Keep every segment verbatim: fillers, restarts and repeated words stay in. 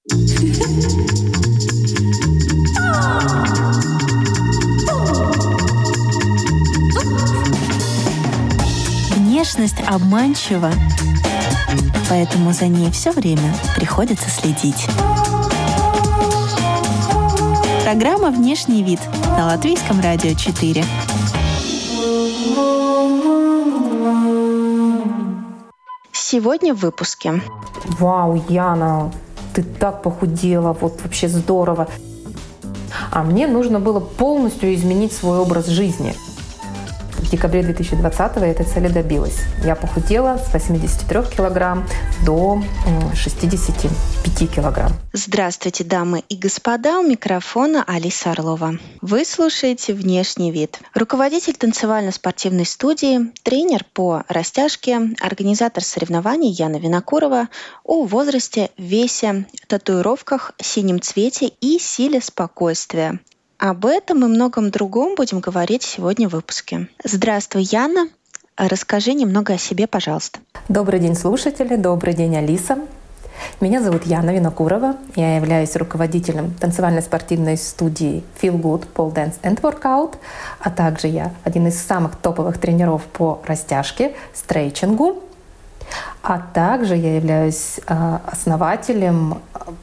Внешность обманчива, поэтому за ней все время приходится следить. Программа «Внешний вид» на Латвийском радио четыре. Сегодня в выпуске. Вау, Яна, ты так похудела, вот вообще здорово. А мне нужно было полностью изменить свой образ жизни. В декабре две тысячи двадцатого я этой цели добилась. Я похудела с восьмидесяти трёх килограмм до шестидесяти пяти килограмм. Здравствуйте, дамы и господа, у микрофона Алиса Орлова. Вы слушаете «Внешний вид». Руководитель танцевально-спортивной студии, тренер по растяжке, организатор соревнований Яна Винокурова о возрасте, весе, татуировках, синем цвете и силе спокойствия. Об этом и многом другом будем говорить сегодня в выпуске. Здравствуй, Яна. Расскажи немного о себе, пожалуйста. Добрый день, слушатели. Добрый день, Алиса. Меня зовут Яна Винокурова. Я являюсь руководителем танцевально-спортивной студии Feel Good Pole Dance and Workout, а также я один из самых топовых тренеров по растяжке, стретчингу. А также я являюсь основателем,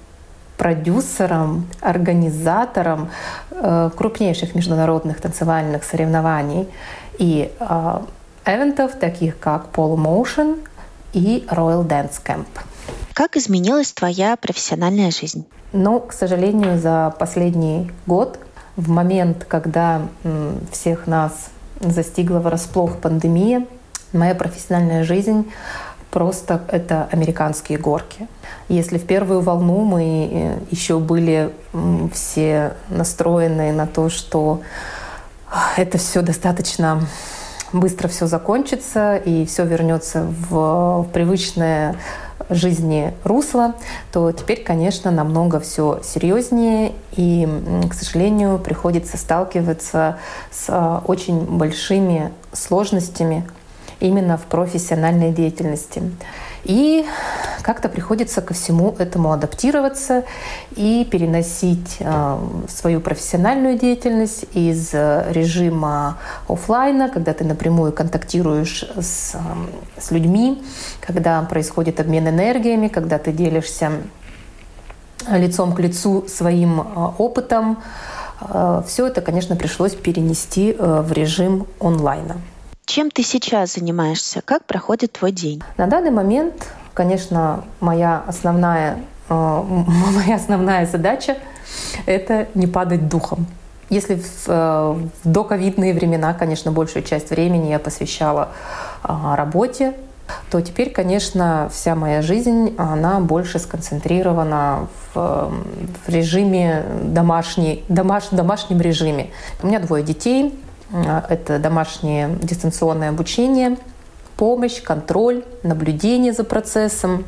продюсером, организатором э, крупнейших международных танцевальных соревнований и э, эвентов, таких как Polo Motion и Royal Dance Camp. Как изменилась твоя профессиональная жизнь? Ну, к сожалению, за последний год, в момент, когда м, всех нас застигла врасплох пандемия, моя профессиональная жизнь просто это американские горки. Если в первую волну мы еще были все настроены на то, что это все достаточно быстро все закончится и все вернется в привычное жизни русло, то теперь, конечно, намного все серьезнее, и, к сожалению, приходится сталкиваться с очень большими сложностями именно в профессиональной деятельности. И как-то приходится ко всему этому адаптироваться и переносить э, свою профессиональную деятельность из режима офлайна, когда ты напрямую контактируешь с, э, с людьми, когда происходит обмен энергиями, когда ты делишься лицом к лицу своим э, опытом. Э, все это, конечно, пришлось перенести э, в режим онлайна. Чем ты сейчас занимаешься? Как проходит твой день? На данный момент, конечно, моя основная, э, моя основная задача — это не падать духом. Если в, э, в доковидные времена, конечно, большую часть времени я посвящала э, работе, то теперь, конечно, вся моя жизнь, она больше сконцентрирована в, в режиме домашней, домаш, домашнем режиме. У меня двое детей. Это домашнее дистанционное обучение, помощь, контроль, наблюдение за процессом.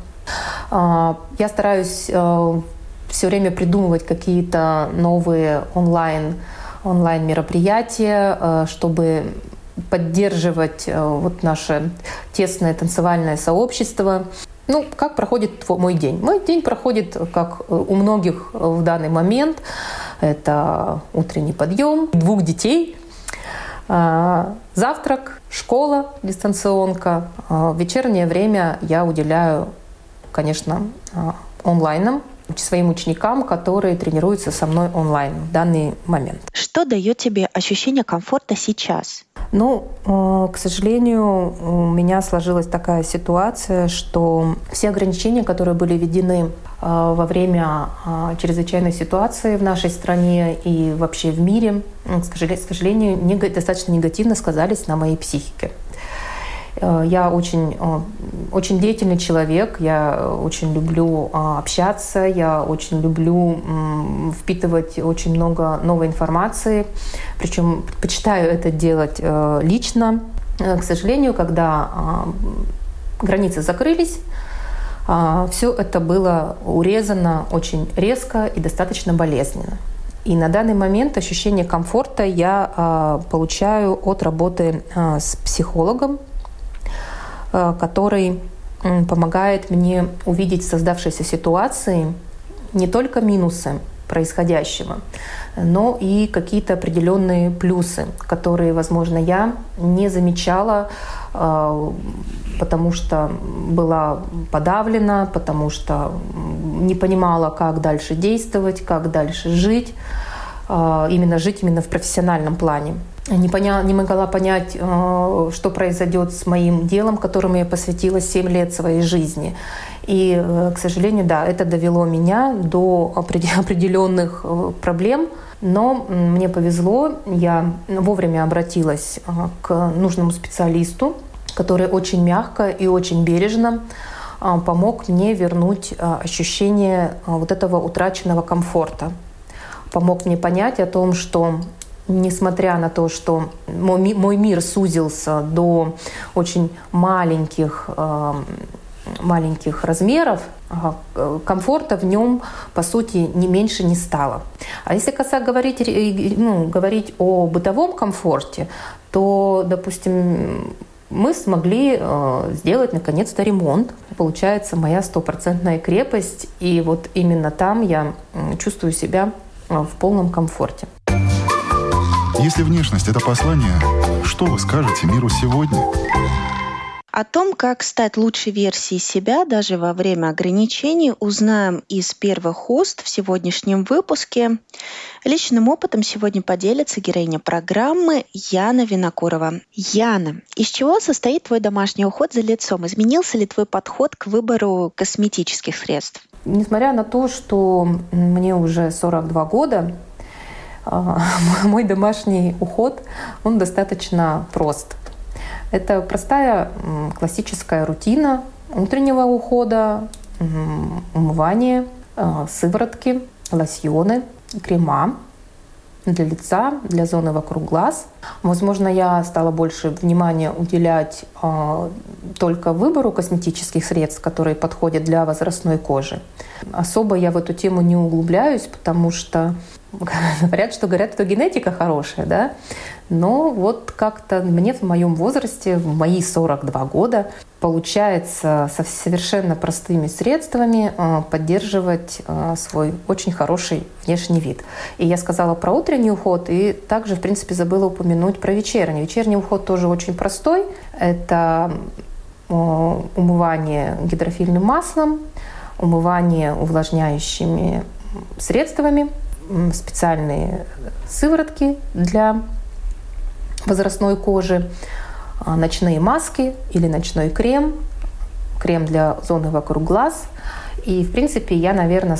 Я стараюсь все время придумывать какие-то новые онлайн, онлайн-мероприятия, чтобы поддерживать вот наше тесное танцевальное сообщество. Ну, как проходит мой день? Мой день проходит, как у многих в данный момент. Это утренний подъем, двух детей, завтрак, школа, дистанционка. В вечернее время я уделяю, конечно, онлайнам, своим ученикам, которые тренируются со мной онлайн в данный момент. Что дает тебе ощущение комфорта сейчас? Ну, к сожалению, у меня сложилась такая ситуация, что все ограничения, которые были введены во время чрезвычайной ситуации в нашей стране и вообще в мире, к сожалению, достаточно негативно сказались на моей психике. Я очень, очень деятельный человек, я очень люблю общаться, я очень люблю впитывать очень много новой информации, причем предпочитаю это делать лично. К сожалению, когда границы закрылись, все это было урезано очень резко и достаточно болезненно. И на данный момент ощущение комфорта я получаю от работы с психологом, который помогает мне увидеть в создавшейся ситуации не только минусы происходящего, но и какие-то определенные плюсы, которые, возможно, я не замечала, потому что была подавлена, потому что не понимала, как дальше действовать, как дальше жить, именно жить именно в профессиональном плане. Не, поня... не могла понять, что произойдет с моим делом, которому я посвятила семь лет своей жизни. И, к сожалению, да, это довело меня до определенных проблем. Но мне повезло, я вовремя обратилась к нужному специалисту, который очень мягко и очень бережно помог мне вернуть ощущение вот этого утраченного комфорта. Помог мне понять о том, что несмотря на то, что мой, мой мир сузился до очень маленьких, э, маленьких размеров, э, комфорта в нем, по сути, не меньше не стало. А если касаться говорить, ну, говорить о бытовом комфорте, то, допустим, мы смогли э, сделать наконец-то ремонт. Получается моя стопроцентная крепость, и вот именно там я чувствую себя в полном комфорте. Если внешность — это послание, что вы скажете миру сегодня? О том, как стать лучшей версией себя даже во время ограничений, узнаем из первых уст в сегодняшнем выпуске. Личным опытом сегодня поделится героиня программы Яна Винокурова. Яна, из чего состоит твой домашний уход за лицом? Изменился ли твой подход к выбору косметических средств? Несмотря на то, что мне уже сорок два года, мой домашний уход, он достаточно прост. Это простая классическая рутина утреннего ухода, умывание, сыворотки, лосьоны, крема для лица, для зоны вокруг глаз. Возможно, я стала больше внимания уделять только выбору косметических средств, которые подходят для возрастной кожи. Особо я в эту тему не углубляюсь, потому что говорят, что говорят, что генетика хорошая, да? Но вот как-то мне в моем возрасте, в мои сорок два года, получается со совершенно простыми средствами поддерживать свой очень хороший внешний вид. И я сказала про утренний уход, и также, в принципе, забыла упомянуть про вечерний. Вечерний уход тоже очень простой. Это умывание гидрофильным маслом, умывание увлажняющими средствами, специальные сыворотки для возрастной кожи, ночные маски или ночной крем, крем для зоны вокруг глаз. И, в принципе, я, наверное,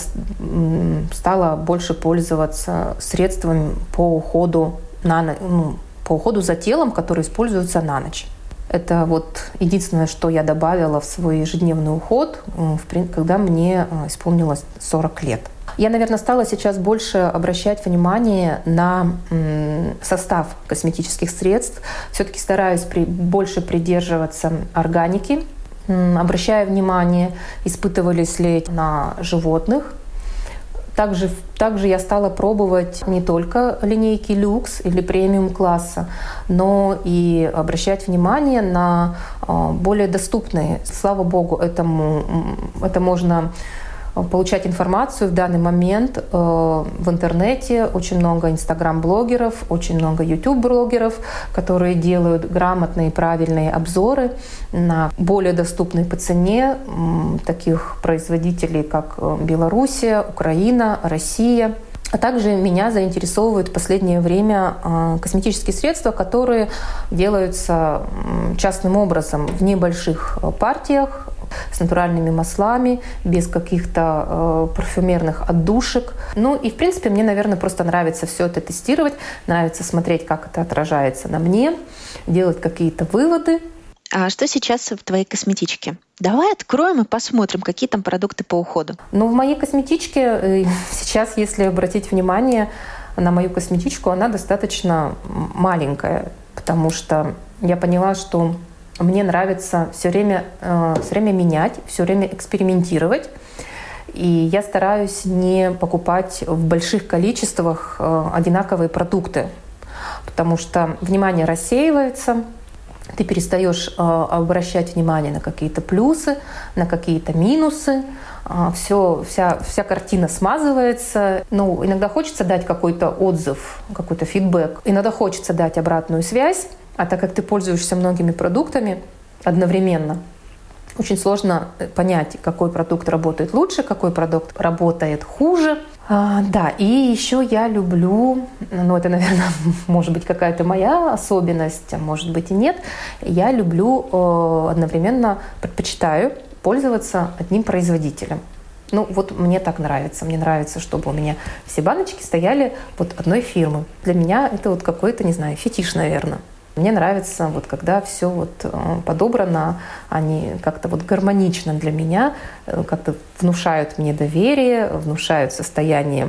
стала больше пользоваться средствами по уходу, на, ну, по уходу за телом, которые используются на ночь. Это вот единственное, что я добавила в свой ежедневный уход, когда мне исполнилось сорок лет. Я, наверное, стала сейчас больше обращать внимание на состав косметических средств. Все-таки стараюсь при, больше придерживаться органики. Обращаю внимание, испытывались ли на животных. Также, также я стала пробовать не только линейки люкс или премиум класса, но и обращать внимание на более доступные. Слава богу, этому, это можно получать информацию в данный момент э, в интернете. Очень много инстаграм-блогеров, очень много ютуб-блогеров, которые делают грамотные и правильные обзоры на более доступные по цене м, таких производителей, как Белоруссия, Украина, Россия. А также меня заинтересовывают в последнее время э, косметические средства, которые делаются э, частным образом в небольших партиях, с натуральными маслами, без каких-то э, парфюмерных отдушек. Ну и, в принципе, мне, наверное, просто нравится все это тестировать, нравится смотреть, как это отражается на мне, делать какие-то выводы. А что сейчас в твоей косметичке? Давай откроем и посмотрим, какие там продукты по уходу. Ну, в моей косметичке сейчас, если обратить внимание на мою косметичку, она достаточно маленькая, потому что я поняла, что мне нравится все время, все время менять, все время экспериментировать. И я стараюсь не покупать в больших количествах одинаковые продукты, потому что внимание рассеивается, ты перестаешь обращать внимание на какие-то плюсы, на какие-то минусы, все, вся, вся картина смазывается. Ну, иногда хочется дать какой-то отзыв, какой-то фидбэк. Иногда хочется дать обратную связь. А так как ты пользуешься многими продуктами одновременно, очень сложно понять, какой продукт работает лучше, какой продукт работает хуже. А, да, и еще я люблю, ну это, наверное, может быть какая-то моя особенность, а может быть и нет, я люблю э, одновременно, предпочитаю пользоваться одним производителем. Ну вот мне так нравится. Мне нравится, чтобы у меня все баночки стояли вот одной фирмы. Для меня это вот какой-то, не знаю, фетиш, наверное. Мне нравится, вот, когда все вот подобрано, они как-то вот гармонично для меня, как-то внушают мне доверие, внушают состояние,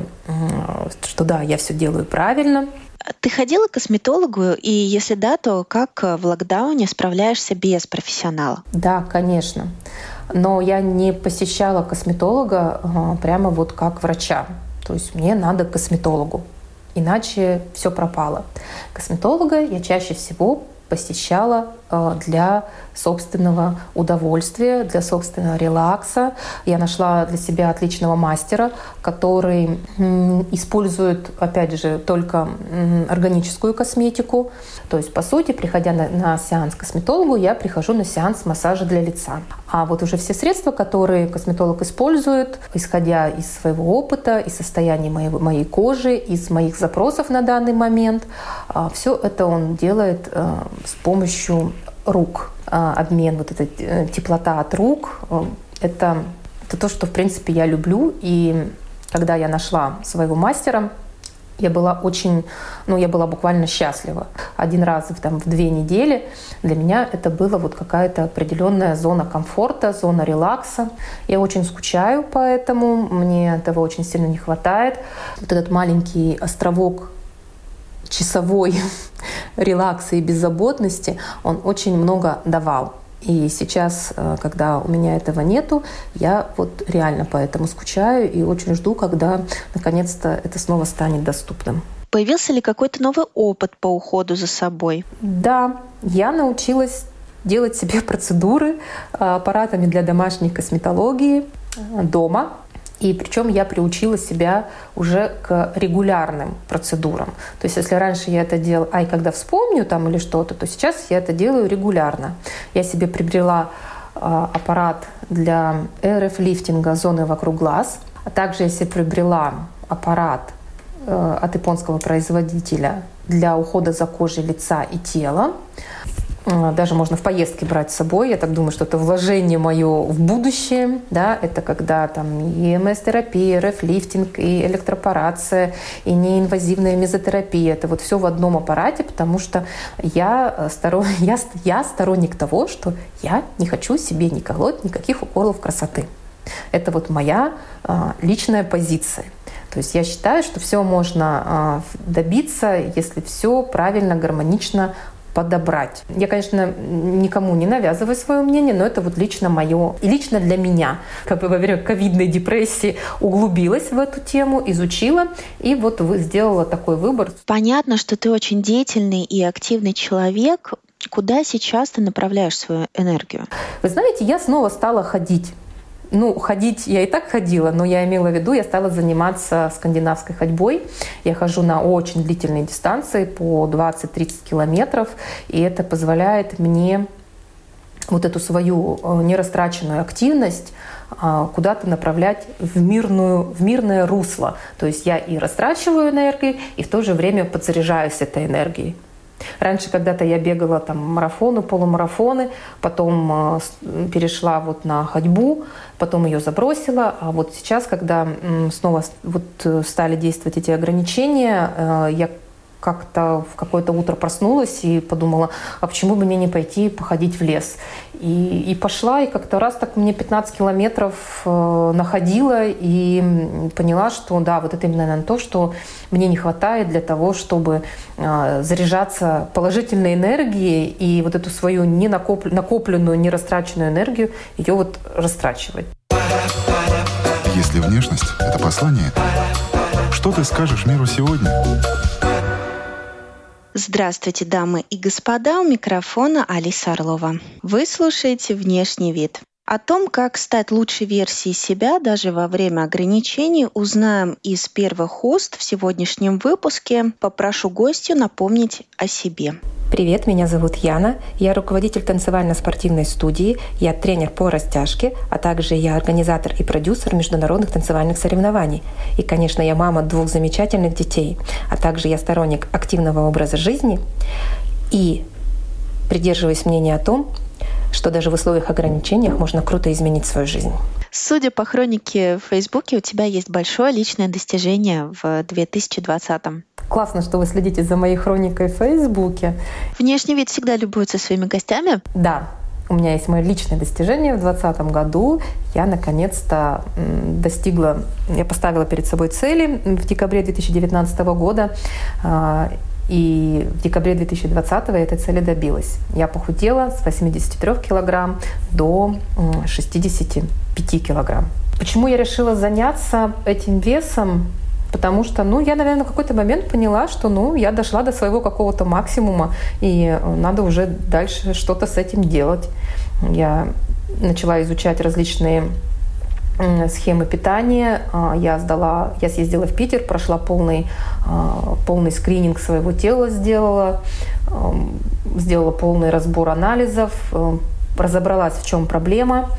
что да, я все делаю правильно. Ты ходила к косметологу, и если да, то как в локдауне справляешься без профессионала? Да, конечно. Но я не посещала косметолога прямо вот как врача. То есть мне надо к косметологу. Иначе все пропало. Косметолога я чаще всего посещала для собственного удовольствия, для собственного релакса. Я нашла для себя отличного мастера, который использует, опять же, только органическую косметику. То есть, по сути, приходя на, на сеанс к косметологу, я прихожу на сеанс массажа для лица. А вот уже все средства, которые косметолог использует, исходя из своего опыта, из состояния моей, моей кожи, из моих запросов на данный момент, все это он делает с помощью рук. Обмен, вот эта теплота от рук, это, это то, что, в принципе, я люблю. И когда я нашла своего мастера, я была очень, ну, я была буквально счастлива. Один раз там, в две недели для меня это была вот какая-то определенная зона комфорта, зона релакса. Я очень скучаю по этому, мне этого очень сильно не хватает. Вот этот маленький островок часовой релакса и беззаботности, он очень много давал. И сейчас, когда у меня этого нету, я вот реально поэтому скучаю и очень жду, когда наконец-то это снова станет доступным. Появился ли какой-то новый опыт по уходу за собой? Да, я научилась делать себе процедуры аппаратами для домашней косметологии дома. И причем я приучила себя уже к регулярным процедурам. То есть если раньше я это делала, ай, когда вспомню там или что-то, то сейчас я это делаю регулярно. Я себе приобрела э, аппарат для эр эф-лифтинга зоны вокруг глаз. А также я себе приобрела аппарат э, от японского производителя для ухода за кожей лица и тела. Даже можно в поездке брать с собой. Я так думаю, что это вложение мое в будущее. Да? Это когда там и эм эс-терапия, эр эф-лифтинг, и электропорация, и неинвазивная мезотерапия. Это вот все в одном аппарате, потому что я, сторон... я, я сторонник того, что я не хочу себе не колоть никаких уколов красоты. Это вот моя а, личная позиция. То есть я считаю, что все можно а, добиться, если все правильно, гармонично подобрать. Я, конечно, никому не навязываю свое мнение, но это вот лично мое и лично для меня. Как бы во время ковидной депрессии углубилась в эту тему, изучила и вот сделала такой выбор. Понятно, что ты очень деятельный и активный человек. Куда сейчас ты направляешь свою энергию? Вы знаете, я снова стала ходить. Ну, ходить я и так ходила, но я имела в виду, я стала заниматься скандинавской ходьбой. Я хожу на очень длительные дистанции, по двадцать-тридцать километров, и это позволяет мне вот эту свою нерастраченную активность куда-то направлять в, мирную, в мирное русло. То есть я и растрачиваю энергию, и в то же время подзаряжаюсь этой энергией. Раньше когда-то я бегала там марафоны, полумарафоны, потом э, перешла вот на ходьбу, потом ее забросила. А вот сейчас, когда э, снова вот стали действовать эти ограничения, э, я как-то в какое-то утро проснулась и подумала, а почему бы мне не пойти походить в лес? И, и пошла, и как-то раз так мне пятнадцать километров э, находила и поняла, что да, вот это именно, наверное, то, что мне не хватает для того, чтобы э, заряжаться положительной энергией и вот эту свою не накоп- накопленную, не растраченную энергию, ее вот растрачивать. Если внешность — это послание, что ты скажешь миру сегодня? Здравствуйте, дамы и господа, у микрофона Алиса Орлова. Вы слушаете «Внешний вид». О том, как стать лучшей версией себя даже во время ограничений, узнаем из первых уст в сегодняшнем выпуске. Попрошу гостью напомнить о себе. Привет, меня зовут Яна. Я руководитель танцевально-спортивной студии, я тренер по растяжке, а также я организатор и продюсер международных танцевальных соревнований. И, конечно, я мама двух замечательных детей, а также я сторонник активного образа жизни и придерживаюсь мнения о том, что даже в условиях ограничений можно круто изменить свою жизнь. Судя по хронике в Фейсбуке, у тебя есть большое личное достижение в две тысячи двадцатом. Классно, что вы следите за моей хроникой в Фейсбуке. Внешний вид всегда любуется своими гостями. Да, у меня есть мое личное достижение. В двадцатом году я наконец-то достигла, я поставила перед собой цели в декабре две тысячи девятнадцатого года. И в декабре две тысячи двадцатого я этой цели добилась. Я похудела с восьмидесяти трёх килограмм до шестидесяти пяти килограмм. Почему я решила заняться этим весом? Потому что, ну, я, наверное, в какой-то момент поняла, что, ну, я дошла до своего какого-то максимума, и надо уже дальше что-то с этим делать. Я начала изучать различные схемы питания. Я сдала, я съездила в Питер, прошла полный, полный скрининг своего тела, сделала, сделала полный разбор анализов, разобралась, в чем проблема,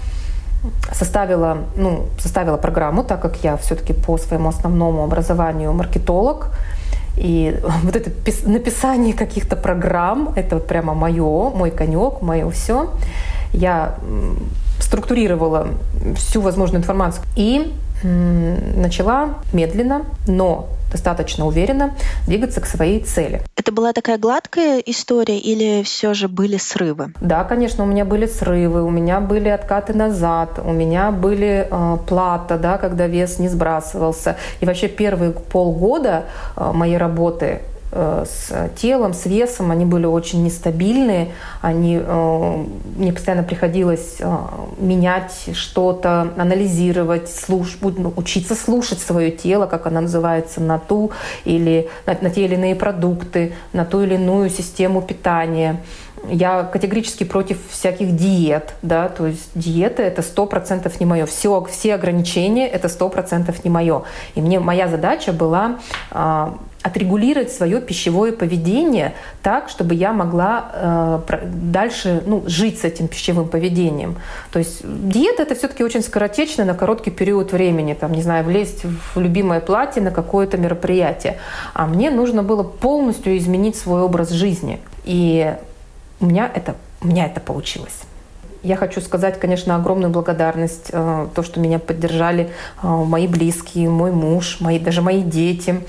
составила, ну, составила программу, так как я все-таки по своему основному образованию маркетолог. И вот это написание каких-то программ, это вот прямо мое, мой конек, мое все. Я структурировала всю возможную информацию и м, начала медленно, но достаточно уверенно двигаться к своей цели. Это была такая гладкая история или все же были срывы? Да, конечно, у меня были срывы, у меня были откаты назад, у меня были э, плата, да, когда вес не сбрасывался. И вообще первые полгода э, моей работы с телом, с весом, они были очень нестабильные, они, э, мне постоянно приходилось э, менять что-то, анализировать, слуш, учиться слушать свое тело, как оно называется, на ту или на, на те или иные продукты, на ту или иную систему питания. Я категорически против всяких диет, да, то есть диета — это сто процентов не мое, все, все ограничения — это сто процентов не мое. И мне моя задача была э, отрегулировать свое пищевое поведение так, чтобы я могла э, дальше, ну, жить с этим пищевым поведением. То есть диета — это все-таки очень скоротечно, на короткий период времени, там, не знаю, влезть в любимое платье на какое-то мероприятие. А мне нужно было полностью изменить свой образ жизни. И у меня это, у меня это получилось. Я хочу сказать, конечно, огромную благодарность, э, то, что меня поддержали э, мои близкие, мой муж, мои, даже мои дети.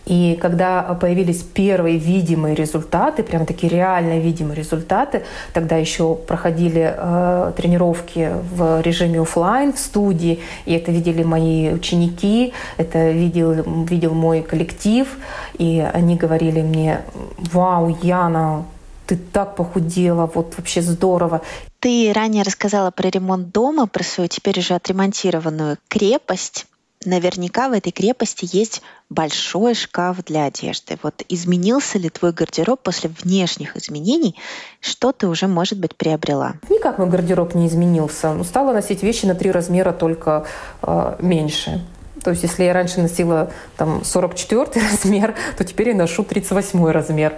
И когда появились первые видимые результаты, прямо такие реально видимые результаты, тогда еще проходили э, тренировки в режиме офлайн в студии, и это видели мои ученики, это видел, видел мой коллектив, и они говорили мне: «Вау, Яна, ты так похудела, вот вообще здорово». Ты ранее рассказала про ремонт дома, про свою теперь уже отремонтированную крепость. Наверняка в этой крепости есть большой шкаф для одежды. Вот изменился ли твой гардероб после внешних изменений? Что ты уже, может быть, приобрела? Никак мой гардероб не изменился. Стала носить вещи на три размера, только э, меньше. То есть если я раньше носила там сорок четвёртый размер, то теперь я ношу тридцать восьмой размер.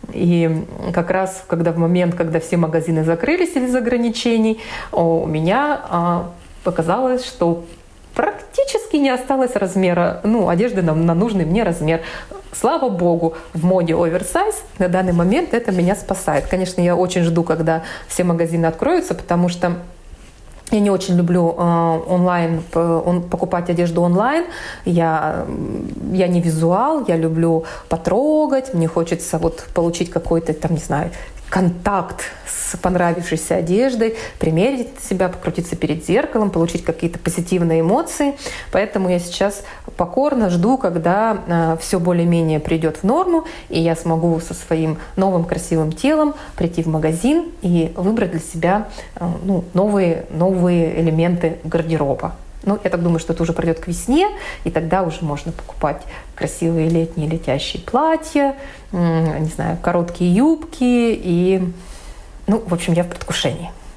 И как раз когда в момент, когда все магазины закрылись из ограничений, у меня а, показалось, что практически не осталось размера, ну, одежды на, на нужный мне размер. Слава богу, в моде оверсайз на данный момент это меня спасает. Конечно, я очень жду, когда все магазины откроются, потому что я не очень люблю э, онлайн, он, покупать одежду онлайн. Я, я не визуал, я люблю потрогать. Мне хочется вот получить какой-то, там, не знаю, контакт с понравившейся одеждой, примерить себя, покрутиться перед зеркалом, получить какие-то позитивные эмоции. Поэтому я сейчас покорно жду, когда э, все более-менее придет в норму, и я смогу со своим новым красивым телом прийти в магазин и выбрать для себя э, ну, новые, новые элементы гардероба. Ну, я так думаю, что это уже пройдет к весне, и тогда уже можно покупать красивые летние летящие платья, не знаю, короткие юбки и, ну, в общем, я в предвкушении.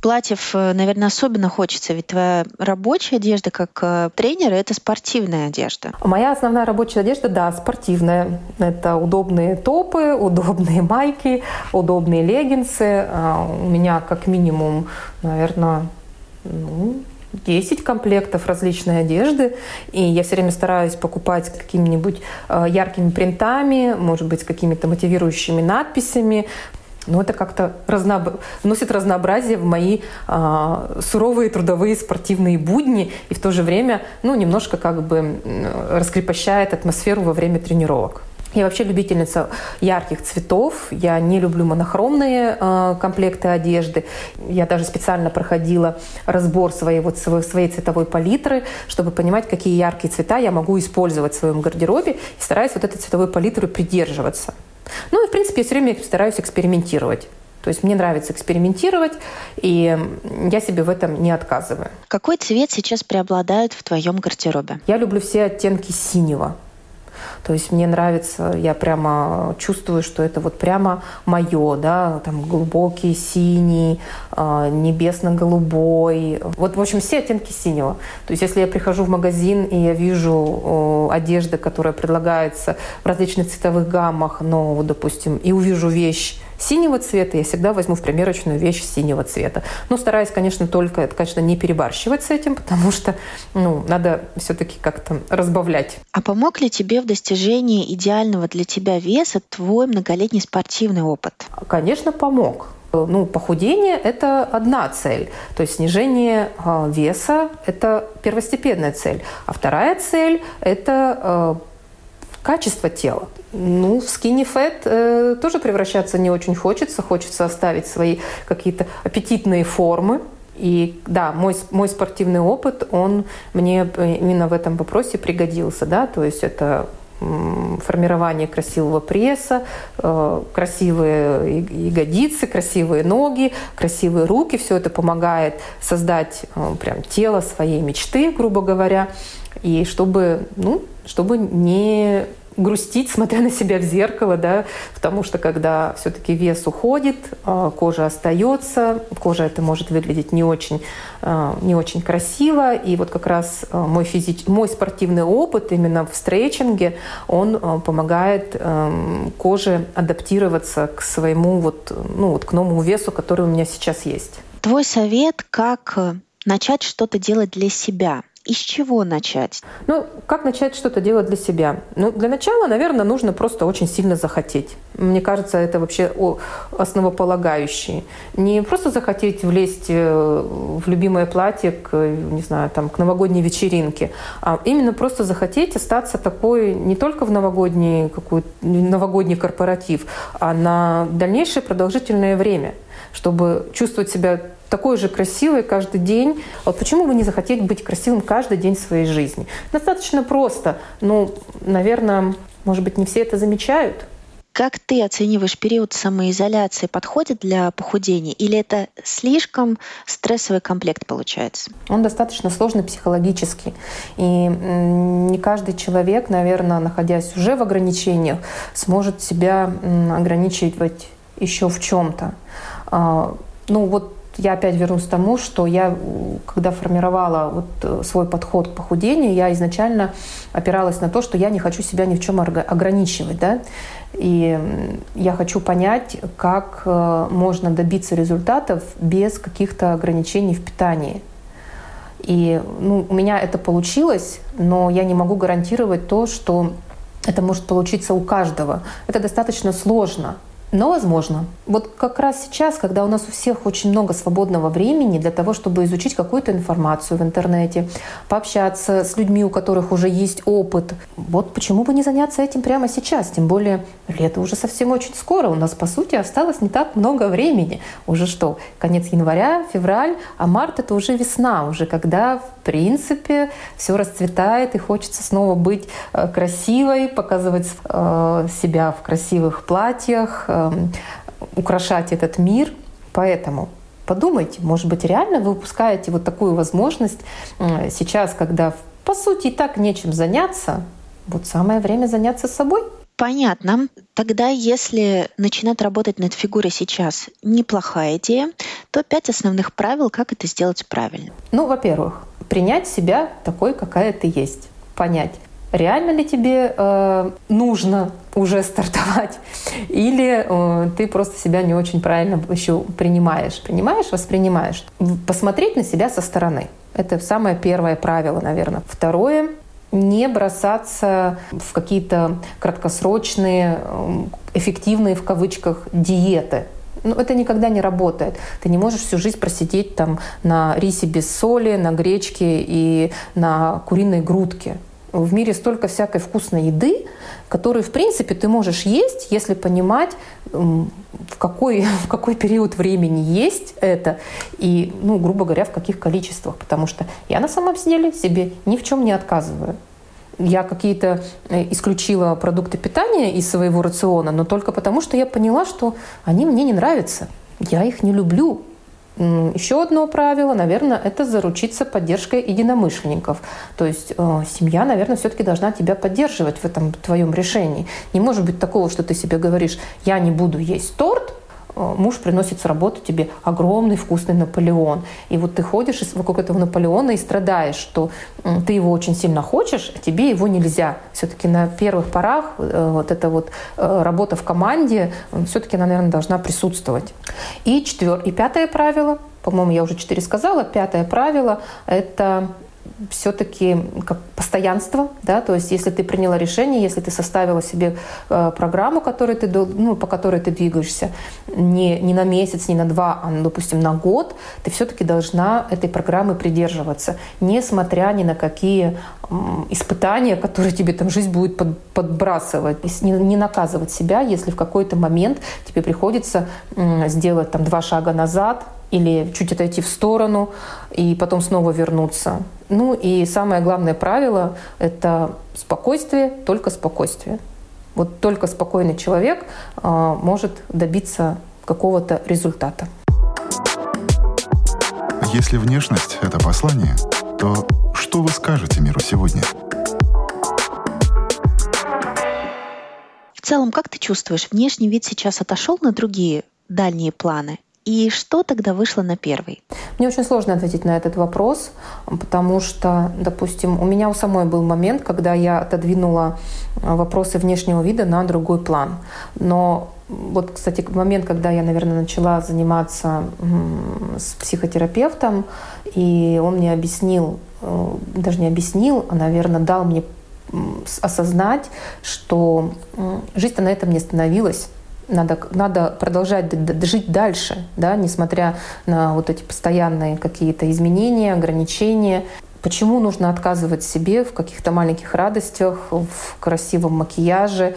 Платьев, наверное, особенно хочется, ведь твоя рабочая одежда как тренера — это спортивная одежда. Моя основная рабочая одежда, да, спортивная. Это удобные топы, удобные майки, удобные леггинсы. У меня как минимум, наверное, ну, десять комплектов различной одежды, и я все время стараюсь покупать какими-нибудь яркими принтами, может быть, с какими-то мотивирующими надписями. Но это как-то разноб... вносит разнообразие в мои а, суровые трудовые спортивные будни и в то же время ну, немножко как бы раскрепощает атмосферу во время тренировок. Я вообще любительница ярких цветов, я не люблю монохромные э, комплекты одежды. Я даже специально проходила разбор своей, вот, своей цветовой палитры, чтобы понимать, какие яркие цвета я могу использовать в своем гардеробе, и стараюсь вот этой цветовой палитры придерживаться. Ну и, в принципе, я все время стараюсь экспериментировать. То есть мне нравится экспериментировать, и я себе в этом не отказываю. Какой цвет сейчас преобладает в твоем гардеробе? Я люблю все оттенки синего. То есть мне нравится, я прямо чувствую, что это вот прямо мое, да, там глубокий синий, небесно-голубой. Вот, в общем, все оттенки синего. То есть если я прихожу в магазин и я вижу одежду, которая предлагается в различных цветовых гаммах, но, вот, допустим, и увижу вещь синего цвета, я всегда возьму в примерочную вещь синего цвета. Но стараюсь, конечно, только, это, конечно, не перебарщивать с этим, потому что ну, надо все-таки как-то разбавлять. А помог ли тебе в достижении идеального для тебя веса твой многолетний спортивный опыт? Конечно, помог. Ну, похудение – это одна цель. То есть снижение э, веса – это первостепенная цель. А вторая цель – это э, качество тела. Ну, в skinny fat э, тоже превращаться не очень хочется. Хочется оставить свои какие-то аппетитные формы. И да, мой, мой спортивный опыт, он мне именно в этом вопросе пригодился. Да? То есть это м, формирование красивого пресса, э, красивые ягодицы, красивые ноги, красивые руки. Все это помогает создать э, прям тело своей мечты, грубо говоря. И чтобы, ну, чтобы не грустить, смотря на себя в зеркало, да, потому что когда все-таки вес уходит, кожа остается, кожа это может выглядеть не очень, не очень красиво, и вот как раз мой, физич... мой спортивный опыт именно в стретчинге, он помогает коже адаптироваться к своему вот, ну, вот к новому весу, который у меня сейчас есть. Твой совет, как начать что-то делать для себя? И с чего начать? Ну, как начать что-то делать для себя? Ну, для начала, наверное, нужно просто очень сильно захотеть. Мне кажется, это вообще основополагающее. Не просто захотеть влезть в любимое платье к, не знаю, там, к новогодней вечеринке, а именно просто захотеть остаться такой не только в новогодний, какой-то новогодний корпоратив, а на дальнейшее продолжительное время, чтобы чувствовать себя такой же красивой каждый день. Вот почему бы не захотеть быть красивым каждый день своей жизни? Достаточно просто. Ну, наверное, может быть, не все это замечают. Как ты оцениваешь период самоизоляции? Подходит для похудения? Или это слишком стрессовый комплект получается? Он достаточно сложный психологически. И не каждый человек, наверное, находясь уже в ограничениях, сможет себя ограничивать еще в чем-то. Ну вот я опять вернусь к тому, что я, когда формировала вот свой подход к похудению, я изначально опиралась на то, что я не хочу себя ни в чем ограничивать. Да? И я хочу понять, как можно добиться результатов без каких-то ограничений в питании. И ну, у меня это получилось, но я не могу гарантировать то, что это может получиться у каждого. Это достаточно сложно. Но возможно. Вот как раз сейчас, когда у нас у всех очень много свободного времени для того, чтобы изучить какую-то информацию в интернете, пообщаться с людьми, у которых уже есть опыт, вот почему бы не заняться этим прямо сейчас? Тем более лето уже совсем очень скоро. У нас, по сути, осталось не так много времени. Уже что, конец января, февраль, а март — это уже весна, уже когда, в принципе, все расцветает и хочется снова быть красивой, показывать себя в красивых платьях, украшать этот мир. Поэтому подумайте, может быть, реально вы упускаете вот такую возможность сейчас, когда, по сути, и так нечем заняться. Вот самое время заняться собой. Понятно. Тогда, если начинать работать над фигурой сейчас неплохая идея, то пять основных правил, как это сделать правильно. Ну, во-первых, принять себя такой, какая ты есть. Понять, реально ли тебе э, нужно уже стартовать, или э, ты просто себя не очень правильно еще принимаешь. Принимаешь, воспринимаешь. Посмотреть на себя со стороны. Это самое первое правило, наверное. Второе — не бросаться в какие-то краткосрочные, эффективные в кавычках диеты. Ну, это никогда не работает. Ты не можешь всю жизнь просидеть там на рисе без соли, на гречке и на куриной грудке. В мире столько всякой вкусной еды, которую, в принципе, ты можешь есть, если понимать, в какой, в какой период времени есть это и, ну, грубо говоря, в каких количествах. Потому что я на самом деле себе ни в чем не отказываю. Я какие-то исключила продукты питания из своего рациона, но только потому, что я поняла, что они мне не нравятся. Я их не люблю. Еще одно правило, наверное, это заручиться поддержкой единомышленников. То есть э, семья, наверное, все-таки должна тебя поддерживать в этом твоем решении. Не может быть такого, что ты себе говоришь: я не буду есть торт, э, муж приносит с работы тебе огромный вкусный Наполеон. И вот ты ходишь вокруг этого Наполеона и страдаешь, что э, ты его очень сильно хочешь, а тебе его нельзя. Все-таки на первых порах э, вот эта вот э, работа в команде, э, все-таки она, наверное, должна присутствовать. И, четвер... и пятое правило, по-моему, я уже четыре сказала, пятое правило — это все-таки как постоянство, да, то есть если ты приняла решение, если ты составила себе э, программу, которой ты, ну, по которой ты двигаешься, не, не на месяц, не на два, а, допустим, на год, ты все-таки должна этой программы придерживаться, несмотря ни на какие э, испытания, которые тебе там жизнь будет под, подбрасывать. Не, не наказывать себя, если в какой-то момент тебе приходится э, сделать там два шага назад, или чуть отойти в сторону и потом снова вернуться. Ну и самое главное правило — это спокойствие, только спокойствие. Вот только спокойный человек э, может добиться какого-то результата. Если внешность — это послание, то что вы скажете миру сегодня? В целом, как ты чувствуешь, внешний вид сейчас отошел на другие дальние планы? И что тогда вышло на первый? Мне очень сложно ответить на этот вопрос, потому что, допустим, у меня у самой был момент, когда я отодвинула вопросы внешнего вида на другой план. Но вот, кстати, момент, когда я, наверное, начала заниматься с психотерапевтом, и он мне объяснил, даже не объяснил, а, наверное, дал мне осознать, что жизнь-то на этом не остановилась. Надо, надо продолжать жить дальше, да, несмотря на вот эти постоянные какие-то изменения, ограничения. Почему нужно отказывать себе в каких-то маленьких радостях, в красивом макияже,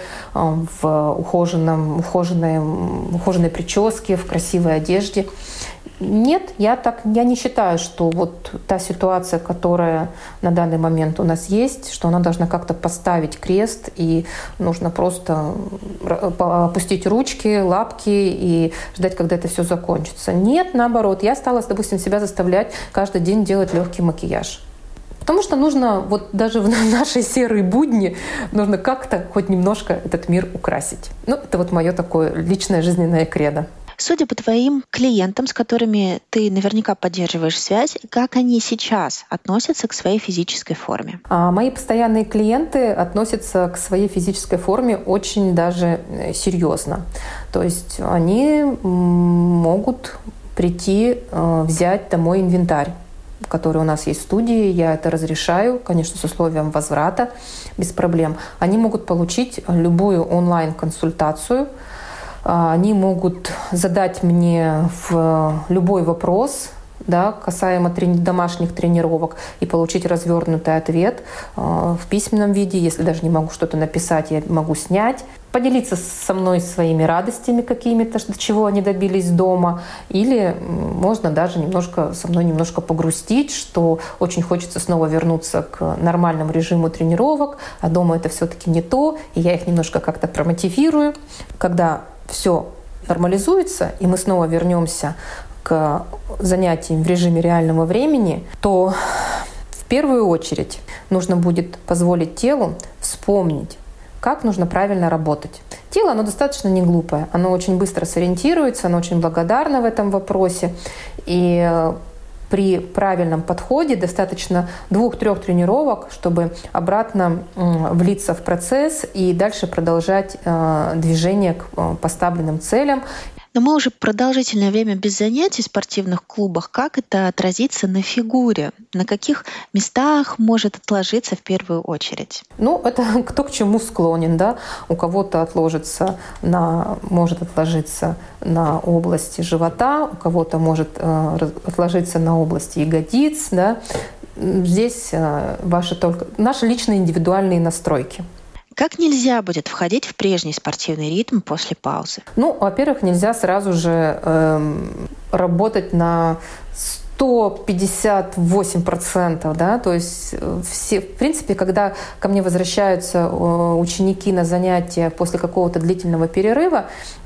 в ухоженном, ухоженной, ухоженной прическе, в красивой одежде? Нет, я так я не считаю, что вот та ситуация, которая на данный момент у нас есть, что она должна как-то поставить крест, и нужно просто опустить ручки, лапки и ждать, когда это все закончится. Нет, наоборот, я стала, допустим, себя заставлять каждый день делать легкий макияж. Потому что нужно, вот даже в нашей серой будни, нужно как-то хоть немножко этот мир украсить. Ну, это вот мое такое личное жизненное кредо. Судя по твоим клиентам, с которыми ты наверняка поддерживаешь связь, как они сейчас относятся к своей физической форме? А мои постоянные клиенты относятся к своей физической форме очень даже серьезно. То есть они могут прийти, взять домой инвентарь, который у нас есть в студии. Я это разрешаю, конечно, с условием возврата, без проблем. Они могут получить любую онлайн-консультацию. Они могут задать мне в любой вопрос, да, касаемо трени- домашних тренировок, и получить развернутый ответ э, в письменном виде. Если даже не могу что-то написать, я могу снять. Поделиться со мной своими радостями какими-то, до чего они добились дома. Или можно даже немножко со мной немножко погрустить, что очень хочется снова вернуться к нормальному режиму тренировок, а дома это все-таки не то, и я их немножко как-то промотивирую. Когда все нормализуется, и мы снова вернемся к занятиям в режиме реального времени, то в первую очередь нужно будет позволить телу вспомнить, как нужно правильно работать. Тело, оно достаточно не глупое, оно очень быстро сориентируется, оно очень благодарно в этом вопросе. И при правильном подходе достаточно двух-трех тренировок, чтобы обратно влиться в процесс и дальше продолжать движение к поставленным целям. Но мы уже продолжительное время без занятий в спортивных клубах. Как это отразится на фигуре? На каких местах может отложиться в первую очередь? Ну, это кто к чему склонен, да? У кого-то отложится на, может отложиться на области живота, у кого-то может э, отложиться на области ягодиц, да? Здесь э, ваши только наши личные индивидуальные настройки. Как нельзя будет входить в прежний спортивный ритм после паузы? Ну, во-первых, нельзя сразу же э, работать на сто пятьдесят восемь процентов, да, то есть все, в принципе, когда ко мне возвращаются ученики на занятия после какого-то длительного перерыва,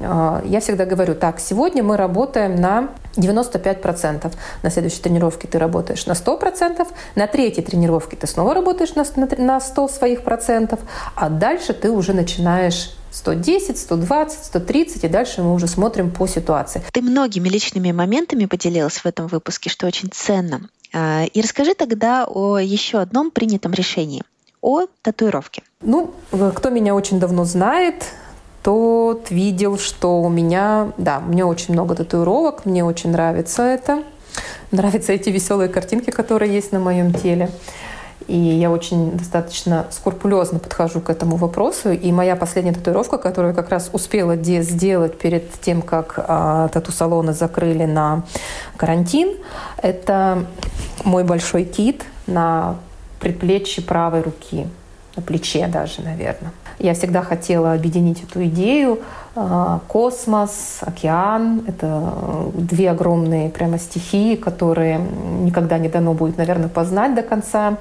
я всегда говорю: так, сегодня мы работаем на девяносто пять процентов, на следующей тренировке ты работаешь на сто процентов, на третьей тренировке ты снова работаешь на сто своих процентов, а дальше ты уже начинаешь сто десять, сто двадцать, сто тридцать, и дальше мы уже смотрим по ситуации. Ты многими личными моментами поделилась в этом выпуске, что очень ценно. И расскажи тогда о еще одном принятом решении — о татуировке. Ну, кто меня очень давно знает, тот видел, что у меня, да, у меня очень много татуировок, мне очень нравится это. Нравятся эти веселые картинки, которые есть на моем теле. И я очень достаточно скрупулезно подхожу к этому вопросу. И моя последняя татуировка, которую я как раз успела сделать перед тем, как а, тату-салоны закрыли на карантин, это мой большой кит на предплечье правой руки, на плече даже, наверное. Я всегда хотела объединить эту идею. Космос, океан — это две огромные прямо стихии, которые никогда не дано будет, наверное, познать до конца.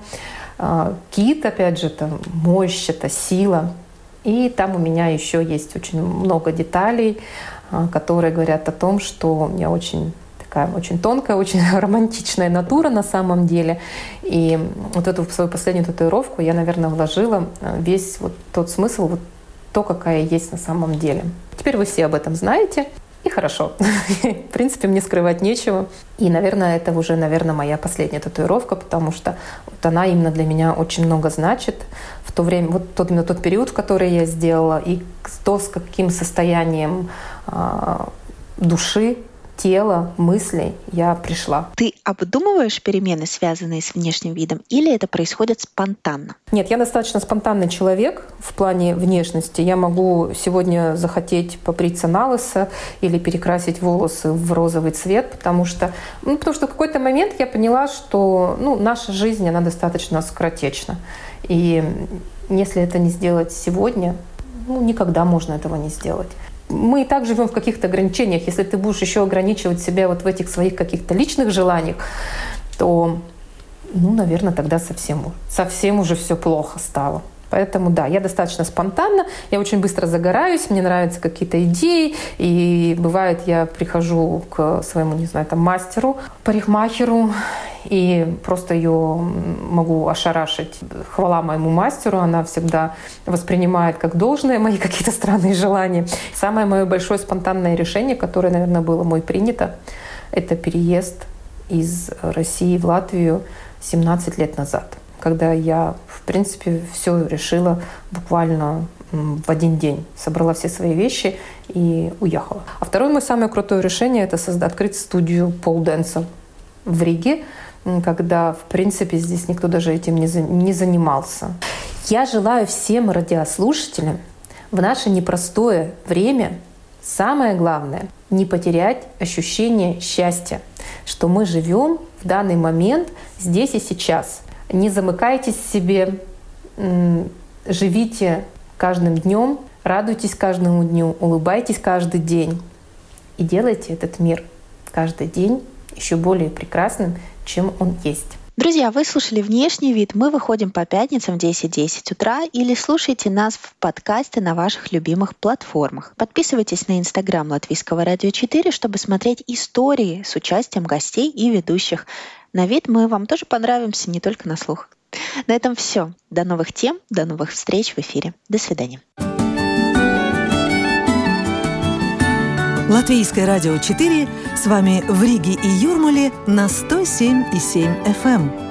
Кит, опять же, это мощь, это сила. И там у меня еще есть очень много деталей, которые говорят о том, что у меня очень такая очень тонкая, очень романтичная натура на самом деле. И вот эту свою последнюю татуировку я, наверное, вложила весь вот тот смысл, вот то, какая я есть на самом деле. Теперь вы все об этом знаете, и хорошо. В принципе, мне скрывать нечего. И, наверное, это уже, наверное, моя последняя татуировка, потому что вот она именно для меня очень много значит. В то время, вот тот, именно тот период, в который я сделала, и то, с каким состоянием э, души, тела, мыслей я пришла. Ты обдумываешь перемены, связанные с внешним видом, или это происходит спонтанно? Нет, я достаточно спонтанный человек в плане внешности. Я могу сегодня захотеть побриться на лысо или перекрасить волосы в розовый цвет, потому что, ну, потому что в какой-то момент я поняла, что ну, наша жизнь, она достаточно скоротечна. И если это не сделать сегодня, ну, никогда можно этого не сделать. Мы и так живем в каких-то ограничениях. Если ты будешь еще ограничивать себя вот в этих своих каких-то личных желаниях, то, ну, наверное, тогда совсем, совсем уже все плохо стало. Поэтому, да, я достаточно спонтанна, я очень быстро загораюсь, мне нравятся какие-то идеи, и бывает, я прихожу к своему, не знаю, там, мастеру, парикмахеру, и просто ее могу ошарашить. Хвала моему мастеру, она всегда воспринимает как должное мои какие-то странные желания. Самое мое большое спонтанное решение, которое, наверное, было мной принято, это переезд из России в Латвию семнадцать лет назад, когда я, в принципе, все решила буквально в один день. Собрала все свои вещи и уехала. А второе мое самое крутое решение — это создать, открыть студию полденса в Риге, когда, в принципе, здесь никто даже этим не, за, не занимался. Я желаю всем радиослушателям в наше непростое время самое главное — не потерять ощущение счастья, что мы живем в данный момент здесь и сейчас. Не замыкайтесь в себе, живите каждым днем, радуйтесь каждому дню, улыбайтесь каждый день и делайте этот мир каждый день еще более прекрасным, чем он есть. Друзья, вы слушали «Внешний вид». Мы выходим по пятницам в десять десять утра или слушайте нас в подкасте на ваших любимых платформах. Подписывайтесь на Инстаграм Латвийского радио четыре, чтобы смотреть истории с участием гостей и ведущих. На вид мы вам тоже понравимся, не только на слух. На этом все. До новых тем, до новых встреч в эфире. До свидания. Латвийское радио четыре с вами в Риге и Юрмале на сто семь и семь эф эм.